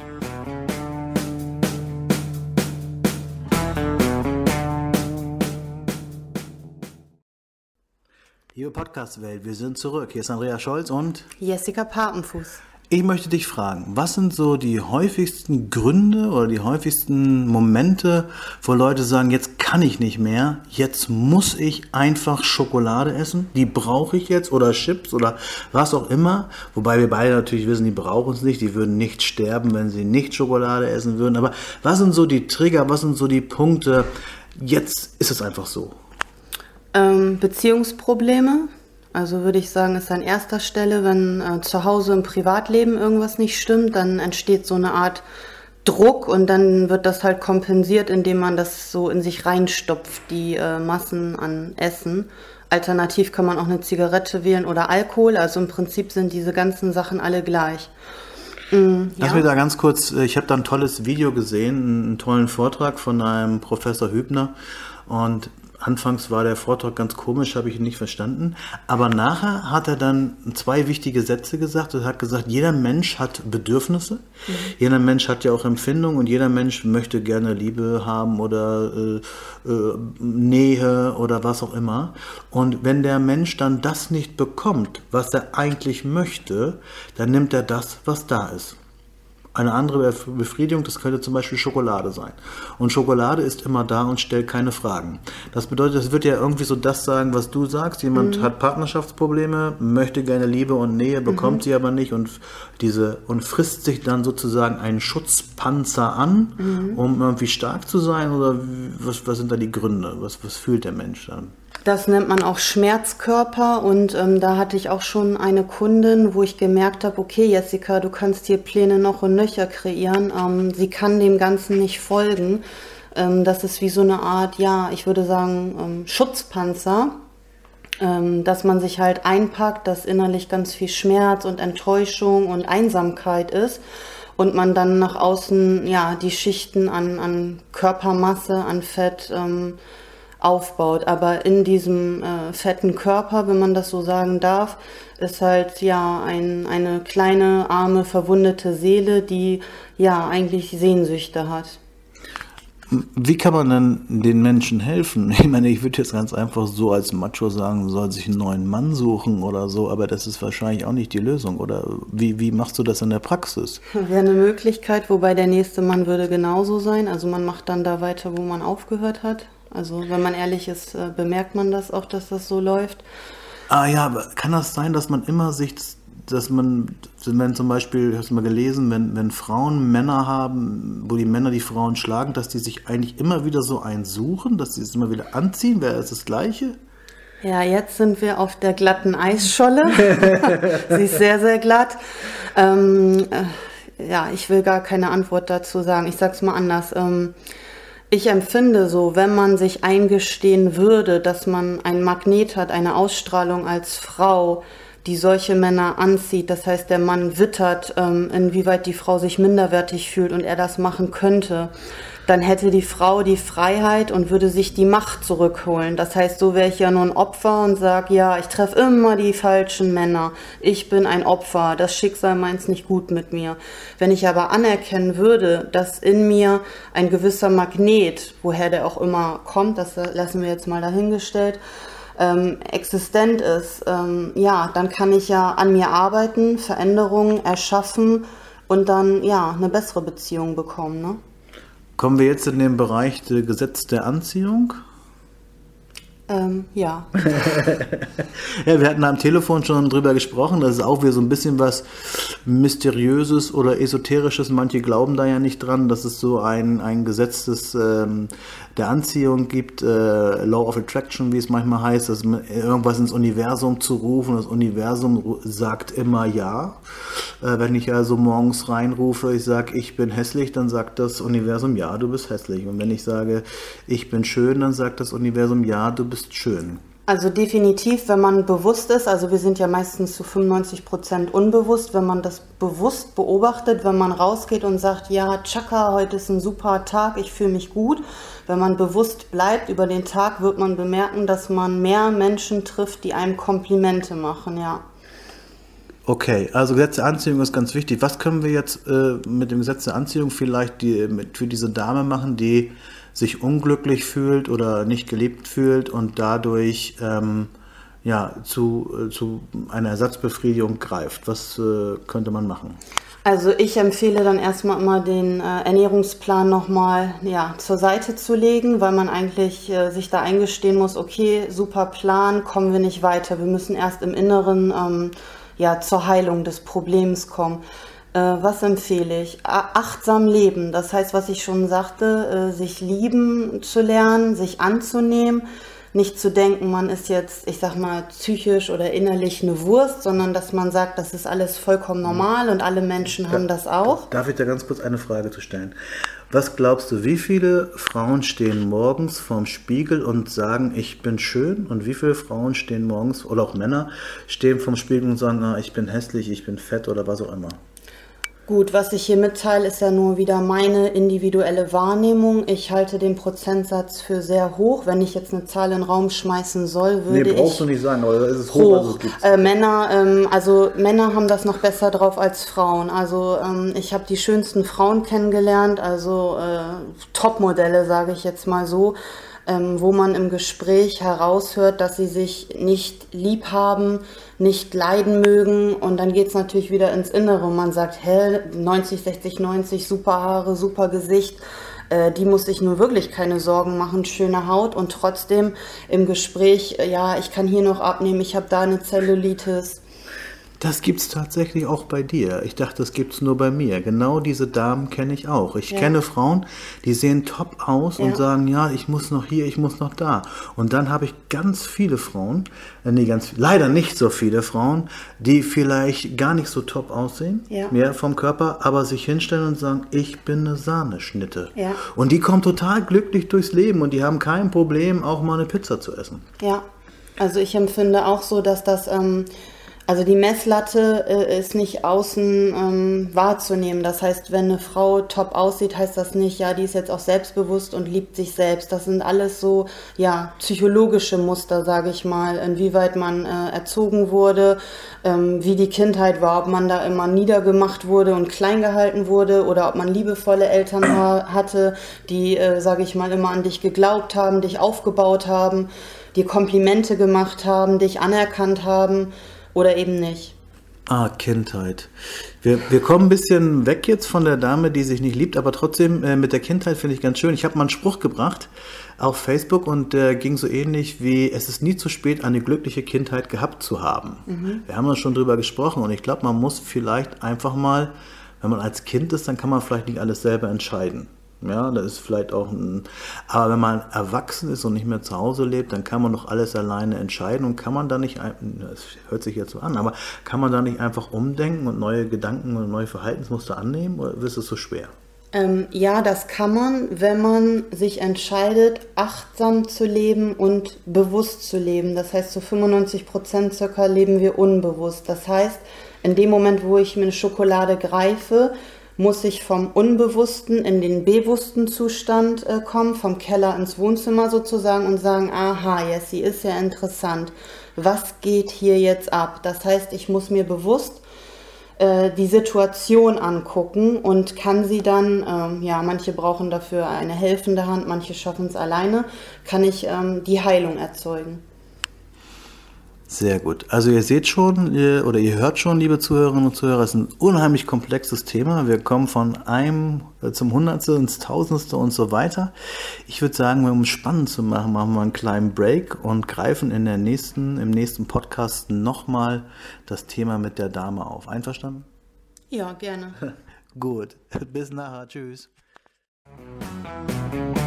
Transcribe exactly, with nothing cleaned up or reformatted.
Liebe Podcast-Welt, wir sind zurück. Hier ist Andrea Scholz und Jessica Papenfuß. Ich möchte dich fragen, was sind so die häufigsten Gründe oder die häufigsten Momente, wo Leute sagen, jetzt kann ich nicht mehr, jetzt muss ich einfach Schokolade essen, die brauche ich jetzt oder Chips oder was auch immer, wobei wir beide natürlich wissen, die brauchen es nicht, die würden nicht sterben, wenn sie nicht Schokolade essen würden, aber was sind so die Trigger, was sind so die Punkte, jetzt ist es einfach so? Ähm, Beziehungsprobleme, also würde ich sagen, ist an erster Stelle, wenn äh, zu Hause im Privatleben irgendwas nicht stimmt, dann entsteht so eine Art Druck und dann wird das halt kompensiert, indem man das so in sich reinstopft, die äh, Massen an Essen. Alternativ kann man auch eine Zigarette wählen oder Alkohol, also im Prinzip sind diese ganzen Sachen alle gleich. Mm, Lass ja. mir da ganz kurz, ich habe da ein tolles Video gesehen, einen tollen Vortrag von einem Professor Hübner und anfangs war der Vortrag ganz komisch, habe ich ihn nicht verstanden. Aber nachher hat er dann zwei wichtige Sätze gesagt. Er hat gesagt, jeder Mensch hat Bedürfnisse. Mhm. Jeder Mensch hat ja auch Empfindungen und jeder Mensch möchte gerne Liebe haben oder äh, äh, Nähe oder was auch immer. Und wenn der Mensch dann das nicht bekommt, was er eigentlich möchte, dann nimmt er das, was da ist. Eine andere Befriedigung, das könnte zum Beispiel Schokolade sein. Und Schokolade ist immer da und stellt keine Fragen. Das bedeutet, es wird ja irgendwie so das sagen, was du sagst. Jemand mhm. hat Partnerschaftsprobleme, möchte gerne Liebe und Nähe, bekommt mhm. sie aber nicht und, diese, und frisst sich dann sozusagen einen Schutzpanzer an, mhm. um irgendwie stark zu sein. Oder was, was sind da die Gründe? Was, was fühlt der Mensch dann? Das nennt man auch Schmerzkörper und ähm, da hatte ich auch schon eine Kundin, wo ich gemerkt habe, okay Jessica, du kannst hier Pläne noch und nöcher kreieren, ähm, sie kann dem Ganzen nicht folgen. Ähm, das ist wie so eine Art, ja, ich würde sagen, ähm, Schutzpanzer, ähm, dass man sich halt einpackt, dass innerlich ganz viel Schmerz und Enttäuschung und Einsamkeit ist. Und man dann nach außen, ja, die Schichten an, an Körpermasse, an Fett ähm, aufbaut. Aber in diesem äh, fetten Körper, wenn man das so sagen darf, ist halt ja ein, eine kleine, arme, verwundete Seele, die ja eigentlich Sehnsüchte hat. Wie kann man denn den Menschen helfen? Ich meine, ich würde jetzt ganz einfach so als Macho sagen, soll sich einen neuen Mann suchen oder so, aber das ist wahrscheinlich auch nicht die Lösung. Oder wie, wie machst du das in der Praxis? Wäre eine Möglichkeit, wobei der nächste Mann würde genauso sein. Also man macht dann da weiter, wo man aufgehört hat. Also wenn man ehrlich ist, bemerkt man das auch, dass das so läuft. Ah ja, aber kann das sein, dass man immer sich, dass man, wenn zum Beispiel, hast du mal gelesen, wenn, wenn Frauen Männer haben, wo die Männer die Frauen schlagen, dass die sich eigentlich immer wieder so einen suchen, dass sie es immer wieder anziehen? Wäre es das Gleiche? Ja, jetzt sind wir auf der glatten Eisscholle. Sie ist sehr, sehr glatt. Ähm, äh, ja, ich will gar keine Antwort dazu sagen. Ich sag's mal anders. Ähm, Ich empfinde so, wenn man sich eingestehen würde, dass man ein Magnet hat, eine Ausstrahlung als Frau, die solche Männer anzieht, das heißt, der Mann wittert, ähm, inwieweit die Frau sich minderwertig fühlt und er das machen könnte, dann hätte die Frau die Freiheit und würde sich die Macht zurückholen. Das heißt, so wäre ich ja nur ein Opfer und sage, ja, ich treffe immer die falschen Männer. Ich bin ein Opfer, das Schicksal meint's nicht gut mit mir. Wenn ich aber anerkennen würde, dass in mir ein gewisser Magnet, woher der auch immer kommt, das lassen wir jetzt mal dahingestellt, ähm, existent ist, ähm, ja, dann kann ich ja an mir arbeiten, Veränderungen erschaffen und dann, ja, eine bessere Beziehung bekommen, ne? Kommen wir jetzt in den Bereich des Gesetz der Anziehung? Ähm, ja. Ja, wir hatten am Telefon schon drüber gesprochen, das ist auch wieder so ein bisschen was Mysteriöses oder Esoterisches. Manche glauben da ja nicht dran, dass es so ein, ein Gesetz des, ähm, der Anziehung gibt, äh, Law of Attraction, wie es manchmal heißt, dass man irgendwas ins Universum zu rufen. Das Universum sagt immer ja. Äh, wenn ich also morgens reinrufe, ich sage, ich bin hässlich, dann sagt das Universum, ja, du bist hässlich. Und wenn ich sage, ich bin schön, dann sagt das Universum, ja, du bist schön. Also definitiv, wenn man bewusst ist, also wir sind ja meistens zu fünfundneunzig Prozent unbewusst, wenn man das bewusst beobachtet, wenn man rausgeht und sagt, ja, Chaka, heute ist ein super Tag, ich fühle mich gut. Wenn man bewusst bleibt über den Tag, wird man bemerken, dass man mehr Menschen trifft, die einem Komplimente machen, ja. Okay, also Gesetz der Anziehung ist ganz wichtig. Was können wir jetzt äh, mit dem Gesetz der Anziehung vielleicht die, mit, für diese Dame machen, die sich unglücklich fühlt oder nicht geliebt fühlt und dadurch ähm, ja, zu, äh, zu einer Ersatzbefriedigung greift? Was äh, könnte man machen? Also ich empfehle dann erstmal immer den äh, Ernährungsplan nochmal ja, zur Seite zu legen, weil man eigentlich äh, sich da eingestehen muss, okay, super Plan, kommen wir nicht weiter. Wir müssen erst im Inneren ähm, ja, zur Heilung des Problems kommen. Äh, was empfehle ich? A- achtsam leben, das heißt, was ich schon sagte, äh, sich lieben zu lernen, sich anzunehmen. Nicht zu denken, man ist jetzt, ich sag mal, psychisch oder innerlich eine Wurst, sondern dass man sagt, das ist alles vollkommen normal und alle Menschen haben das auch. Darf ich da ganz kurz eine Frage zu stellen? Was glaubst du, wie viele Frauen stehen morgens vorm Spiegel und sagen, ich bin schön? Und wie viele Frauen stehen morgens, oder auch Männer, stehen vorm Spiegel und sagen, ah, ich bin hässlich, ich bin fett oder was auch immer? Gut, was ich hier mitteile, ist ja nur wieder meine individuelle Wahrnehmung. Ich halte den Prozentsatz für sehr hoch. Wenn ich jetzt eine Zahl in den Raum schmeißen soll, würde ich... Nee, brauchst du nicht sagen, aber ist es hoch? hoch. Also gibt's äh, Männer, ähm, also Männer haben das noch besser drauf als Frauen. Also ähm, ich habe die schönsten Frauen kennengelernt, also äh, Topmodelle, sage ich jetzt mal so. Ähm, wo man im Gespräch heraushört, dass sie sich nicht lieb haben, nicht leiden mögen und dann geht es natürlich wieder ins Innere und man sagt, hä, neunzig, sechzig, neunzig, super Haare, super Gesicht, äh, die muss sich nur wirklich keine Sorgen machen, schöne Haut und trotzdem im Gespräch, äh, ja, ich kann hier noch abnehmen, ich habe da eine Zellulitis. Das gibt's tatsächlich auch bei dir. Ich dachte, das gibt's nur bei mir. Genau diese Damen kenne ich auch. Ich ja. kenne Frauen, die sehen top aus ja. und sagen, ja, ich muss noch hier, ich muss noch da. Und dann habe ich ganz viele Frauen, äh, nee, ganz, leider nicht so viele Frauen, die vielleicht gar nicht so top aussehen, ja. mehr vom Körper, aber sich hinstellen und sagen, ich bin eine Sahneschnitte. Ja. Und die kommen total glücklich durchs Leben und die haben kein Problem, auch mal eine Pizza zu essen. Ja, also ich empfinde auch so, dass das... Ähm Also die Messlatte äh, ist nicht außen ähm, wahrzunehmen. Das heißt, wenn eine Frau top aussieht, heißt das nicht, ja, die ist jetzt auch selbstbewusst und liebt sich selbst. Das sind alles so, ja, psychologische Muster, sage ich mal, inwieweit man äh, erzogen wurde, ähm, wie die Kindheit war, ob man da immer niedergemacht wurde und klein gehalten wurde oder ob man liebevolle Eltern ha- hatte, die, äh, sage ich mal, immer an dich geglaubt haben, dich aufgebaut haben, dir Komplimente gemacht haben, dich anerkannt haben. Oder eben nicht. Ah, Kindheit. Wir, wir kommen ein bisschen weg jetzt von der Dame, die sich nicht liebt, aber trotzdem äh, mit der Kindheit finde ich ganz schön. Ich habe mal einen Spruch gebracht auf Facebook und der äh, ging so ähnlich wie, es ist nie zu spät, eine glückliche Kindheit gehabt zu haben. Mhm. Wir haben da schon drüber gesprochen und ich glaube, man muss vielleicht einfach mal, wenn man als Kind ist, dann kann man vielleicht nicht alles selber entscheiden. Ja, da ist vielleicht auch ein, aber wenn man erwachsen ist und nicht mehr zu Hause lebt, dann kann man doch alles alleine entscheiden und kann man da nicht, das hört sich jetzt so an, aber kann man da nicht einfach umdenken und neue Gedanken und neue Verhaltensmuster annehmen oder ist es so schwer? Ähm, ja, das kann man, wenn man sich entscheidet, achtsam zu leben und bewusst zu leben. Das heißt, zu fünfundneunzig Prozent circa leben wir unbewusst. Das heißt, in dem Moment, wo ich mir eine Schokolade greife, muss ich vom unbewussten in den bewussten Zustand äh, kommen, vom Keller ins Wohnzimmer sozusagen und sagen, aha, Jessie, ist ja interessant. Was geht hier jetzt ab? Das heißt, ich muss mir bewusst äh, die Situation angucken und kann sie dann, ähm, ja, manche brauchen dafür eine helfende Hand, manche schaffen es alleine, kann ich ähm, die Heilung erzeugen. Sehr gut. Also ihr seht schon, ihr, oder ihr hört schon, liebe Zuhörerinnen und Zuhörer, es ist ein unheimlich komplexes Thema. Wir kommen von einem zum Hundertste ins Tausendste und so weiter. Ich würde sagen, um es spannend zu machen, machen wir einen kleinen Break und greifen in der nächsten, im nächsten Podcast nochmal das Thema mit der Dame auf. Einverstanden? Ja, gerne. Gut. Bis nachher. Tschüss.